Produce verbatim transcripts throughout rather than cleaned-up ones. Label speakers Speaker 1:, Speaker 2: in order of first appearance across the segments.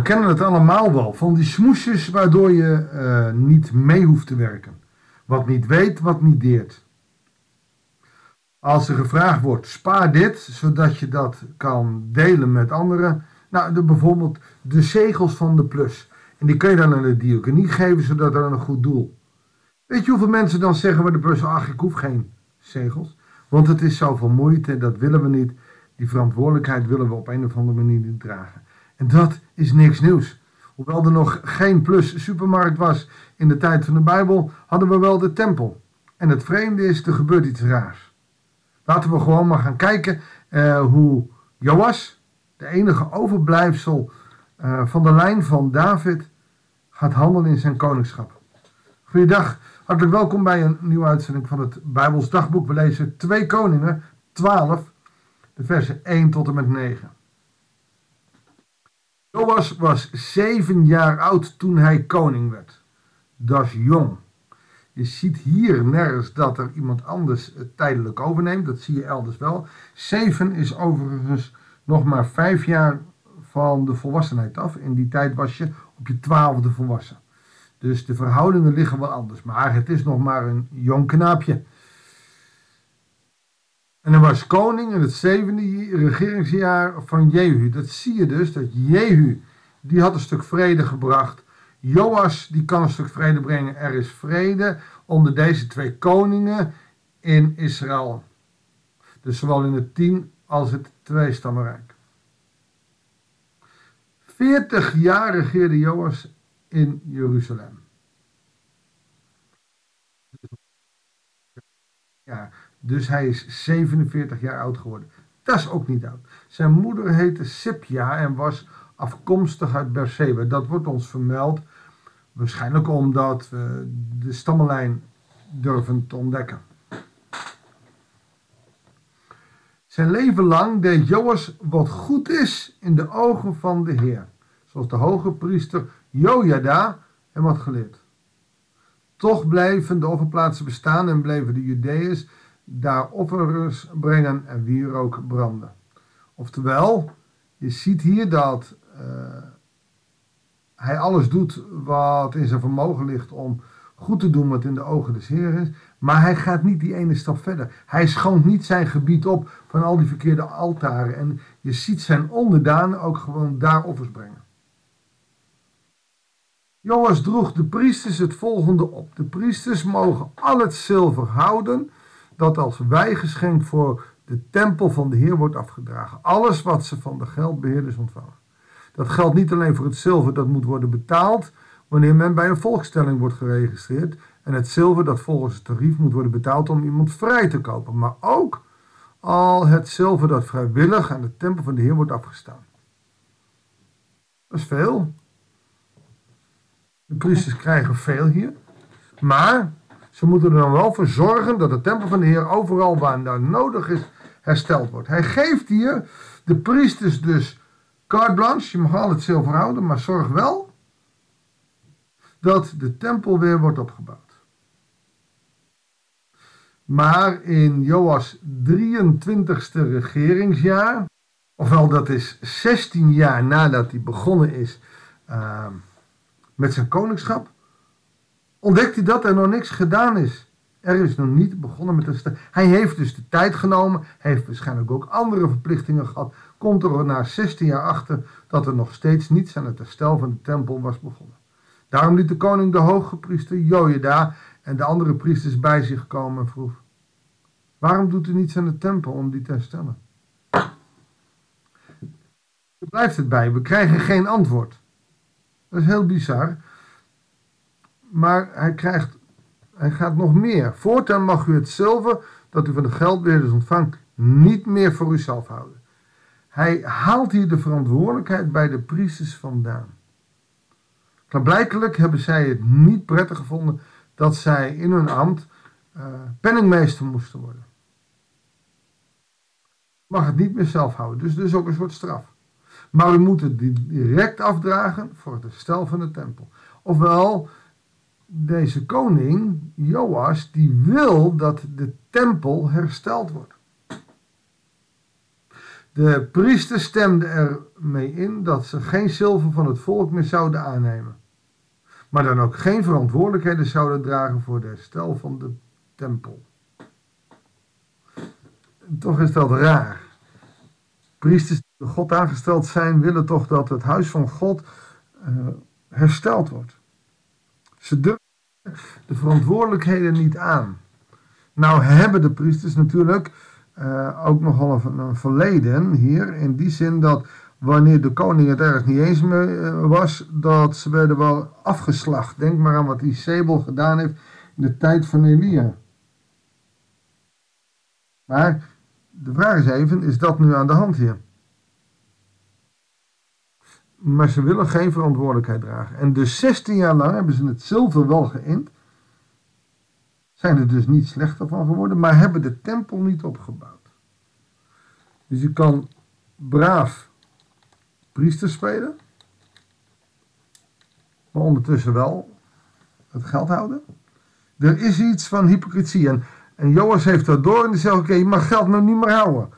Speaker 1: kennen het allemaal wel. Van die smoesjes waardoor je uh, niet mee hoeft te werken. Wat niet weet, wat niet deert. Als er gevraagd wordt, spaar dit, zodat je dat kan delen met anderen. Nou, de, bijvoorbeeld de zegels van de plus. En die kun je dan aan de diaconie geven, zodat er een goed doel. Weet je hoeveel mensen dan zeggen bij de plus, ach, ik hoef geen zegels. Want het is zoveel moeite, dat willen we niet. Die verantwoordelijkheid willen we op een of andere manier niet dragen. En dat is niks nieuws. Hoewel er nog geen plus supermarkt was in de tijd van de Bijbel, hadden we wel de tempel. En het vreemde is, er gebeurt iets raars. Laten we gewoon maar gaan kijken uh, hoe Joas, de enige overblijfsel uh, van de lijn van David, gaat handelen in zijn koningschap. Goeiedag, hartelijk welkom bij een nieuwe uitzending van het Bijbels Dagboek. We lezen twee Koningen, twaalf, de versen één tot en met negen. Joas was zeven jaar oud toen hij koning werd. Dat is jong. Je ziet hier nergens dat er iemand anders het tijdelijk overneemt. Dat zie je elders wel. Zeven is overigens nog maar vijf jaar van de volwassenheid af. In die tijd was je op je twaalfde volwassen. Dus de verhoudingen liggen wel anders. Maar het is nog maar een jong knaapje. En hij was koning in het zevende regeringsjaar van Jehu. Dat zie je dus, dat Jehu, die had een stuk vrede gebracht. Joas, die kan een stuk vrede brengen. Er is vrede onder deze twee koningen in Israël. Dus zowel in het tien als het tweestammenrijk. Veertig jaar regeerde Joas in Jeruzalem. Ja, dus hij is zevenenveertig jaar oud geworden. Dat is ook niet oud. Zijn moeder heette Sipja en was afkomstig uit Berseba. Dat wordt ons vermeld. Waarschijnlijk omdat we de stammenlijn durven te ontdekken. Zijn leven lang deed Joas wat goed is in de ogen van de Heer. Zoals de hoge priester Jojada hem had geleerd. Toch bleven de offerplaatsen bestaan en bleven de Judeërs daar offers brengen en wierook branden. Oftewel, je ziet hier dat uh, hij alles doet wat in zijn vermogen ligt om goed te doen wat in de ogen des Heeren is. Maar hij gaat niet die ene stap verder. Hij schoont niet zijn gebied op van al die verkeerde altaren. En je ziet zijn onderdanen ook gewoon daar offers brengen. Joas droeg de priesters het volgende op. De priesters mogen al het zilver houden dat als wijgeschenk voor de tempel van de Heer wordt afgedragen. Alles wat ze van de geldbeheerders ontvangen. Dat geldt niet alleen voor het zilver dat moet worden betaald wanneer men bij een volkstelling wordt geregistreerd. En het zilver dat volgens het tarief moet worden betaald om iemand vrij te kopen. Maar ook al het zilver dat vrijwillig aan de tempel van de Heer wordt afgestaan. Dat is veel. De priesters krijgen veel hier. Maar ze moeten er dan wel voor zorgen dat de tempel van de Heer overal waar dat nodig is hersteld wordt. Hij geeft hier de priesters dus carte blanche. Je mag al het zilver houden, maar zorg wel dat de tempel weer wordt opgebouwd. Maar in Joas drieëntwintigste regeringsjaar, ofwel dat is zestien jaar nadat hij begonnen is uh, met zijn koningschap, ontdekt hij dat er nog niks gedaan is. Er is nog niet begonnen met een st- Hij heeft dus de tijd genomen. Hij heeft waarschijnlijk ook andere verplichtingen gehad. Komt er na zestien jaar achter dat er nog steeds niets aan het herstel van de tempel was begonnen. Daarom liet de koning de hoge priester Jojada en de andere priesters bij zich komen en vroeg: waarom doet u niets aan de tempel om die te herstellen? Er blijft het bij. We krijgen geen antwoord. Dat is heel bizar. Maar hij krijgt, hij gaat nog meer. Voortaan mag u het zilver dat u van de geldbeheerders ontvangt niet meer voor uzelf houden. Hij haalt hier de verantwoordelijkheid bij de priesters vandaan. Klaarblijkelijk hebben zij het niet prettig gevonden dat zij in hun ambt uh, penningmeester moesten worden. Mag het niet meer zelf houden, dus dus ook een soort straf. Maar u moet het direct afdragen voor het herstel van de tempel. Ofwel, deze koning, Joas, die wil dat de tempel hersteld wordt. De priesters stemden ermee in dat ze geen zilver van het volk meer zouden aannemen. Maar dan ook geen verantwoordelijkheden zouden dragen voor de herstel van de tempel. Toch is dat raar. Priesters die door God aangesteld zijn, willen toch dat het huis van God uh, hersteld wordt. Ze durven de verantwoordelijkheden niet aan. Nou hebben de priesters natuurlijk uh, ook nogal een, een verleden hier, in die zin dat wanneer de koning het ergens niet eens mee uh, was, dat ze werden wel afgeslacht. Denk maar aan wat Izebel gedaan heeft in de tijd van Elia. Maar de vraag is even, is dat nu aan de hand hier? Maar ze willen geen verantwoordelijkheid dragen. En dus zestien jaar lang hebben ze het zilver wel geïnd. Zijn er dus niet slechter van geworden, maar hebben de tempel niet opgebouwd. Dus je kan braaf priester spelen, maar ondertussen wel het geld houden. Er is iets van hypocrisie. En, en Joas heeft dat door en die zegt, oké, okay, je mag geld nou niet meer houden.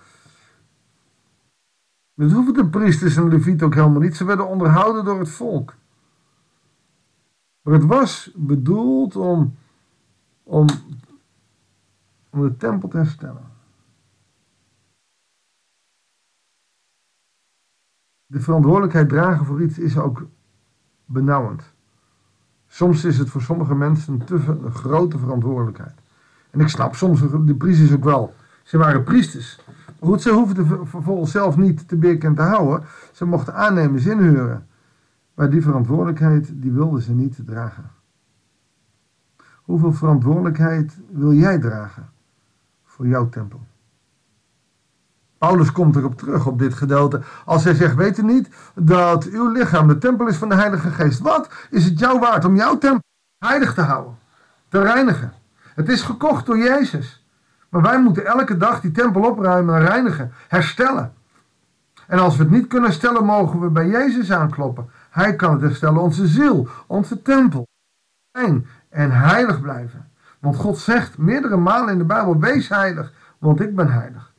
Speaker 1: Dat hoeven de priesters en de levieten ook helemaal niet. Ze werden onderhouden door het volk. Maar het was bedoeld om, om, om de tempel te herstellen. De verantwoordelijkheid dragen voor iets is ook benauwend. Soms is het voor sommige mensen een te een grote verantwoordelijkheid. En ik snap soms de priesters ook wel. Ze waren priesters. Maar goed, ze hoefden vervolgens zelf niet te bikken en te houden. Ze mochten aannemers inhuren. Maar die verantwoordelijkheid, die wilden ze niet dragen. Hoeveel verantwoordelijkheid wil jij dragen voor jouw tempel? Paulus komt erop terug op dit gedeelte. Als hij zegt, weet u niet dat uw lichaam de tempel is van de Heilige Geest? Wat is het jou waard om jouw tempel heilig te houden? Te reinigen? Het is gekocht door Jezus. Maar wij moeten elke dag die tempel opruimen en reinigen, herstellen. En als we het niet kunnen herstellen, mogen we bij Jezus aankloppen. Hij kan het herstellen, onze ziel, onze tempel. Rein en heilig blijven. Want God zegt meerdere malen in de Bijbel, wees heilig, want ik ben heilig.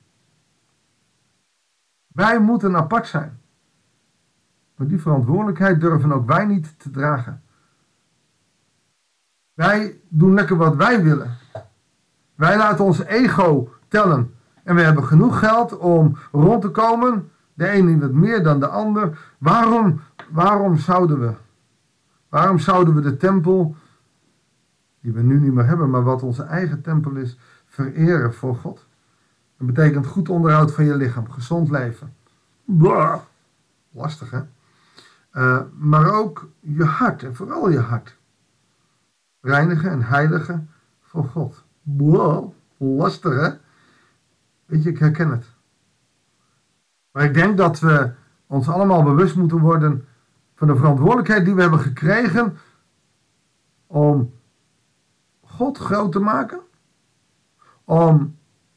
Speaker 1: Wij moeten apart zijn. Maar die verantwoordelijkheid durven ook wij niet te dragen. Wij doen lekker wat wij willen. Wij laten ons ego tellen. En we hebben genoeg geld om rond te komen. De ene wat meer dan de ander. Waarom, waarom zouden we? Waarom zouden we de tempel, die we nu niet meer hebben, maar wat onze eigen tempel is, vereren voor God? Dat betekent goed onderhoud van je lichaam. Gezond leven. Blah. Lastig, hè? Uh, maar ook je hart. En vooral je hart. Reinigen en heiligen voor God. Wow, lastig, hè? Weet je, ik herken het. Maar ik denk dat we ons allemaal bewust moeten worden van de verantwoordelijkheid die we hebben gekregen om God groot te maken. Om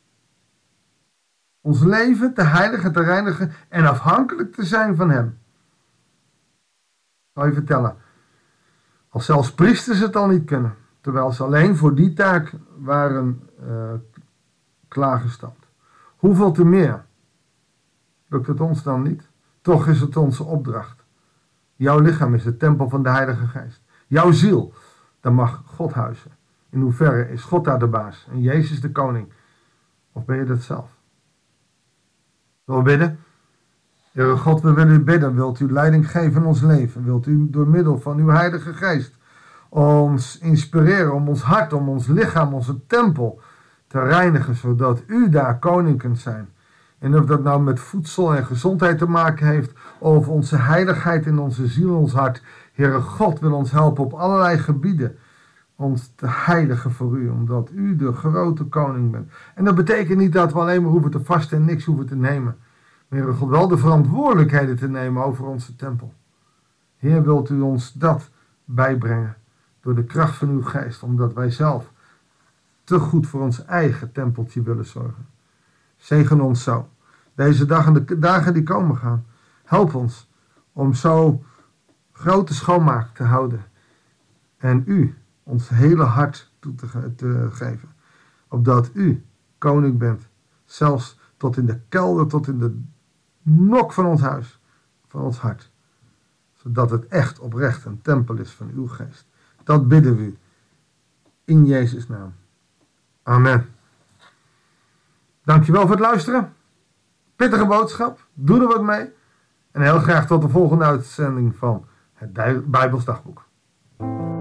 Speaker 1: ons leven te heiligen, te reinigen en afhankelijk te zijn van Hem. Ik zal je vertellen. Als zelfs priesters het al niet kunnen. Terwijl ze alleen voor die taak waren uh, klaargestampt. Hoeveel te meer? Lukt het ons dan niet? Toch is het onze opdracht. Jouw lichaam is de tempel van de Heilige Geest. Jouw ziel, daar mag God huizen. In hoeverre is God daar de baas en Jezus de koning? Of ben je dat zelf? Wil bidden? Heere God, we willen u bidden. Wilt u leiding geven in ons leven? Wilt u door middel van uw Heilige Geest ons inspireren om ons hart, om ons lichaam, onze tempel te reinigen, zodat u daar koning kunt zijn. En of dat nou met voedsel en gezondheid te maken heeft, of onze heiligheid in onze ziel en ons hart. Heere God wil ons helpen op allerlei gebieden, ons te heiligen voor u, omdat u de grote koning bent. En dat betekent niet dat we alleen maar hoeven te vasten en niks hoeven te nemen. Maar Heere God, wel de verantwoordelijkheden te nemen over onze tempel. Heer, wilt u ons dat bijbrengen? Door de kracht van uw geest, omdat wij zelf te goed voor ons eigen tempeltje willen zorgen. Zegen ons zo. Deze dag en de dagen die komen gaan. Help ons om zo grote schoonmaak te houden. En u ons hele hart toe te, ge te geven. Opdat u koning bent. Zelfs tot in de kelder, tot in de nok van ons huis, van ons hart. Zodat het echt oprecht een tempel is van uw geest. Dat bidden we u. In Jezus' naam. Amen. Dankjewel voor het luisteren. Pittige boodschap. Doe er wat mee. En heel graag tot de volgende uitzending van het Bijbels Dagboek.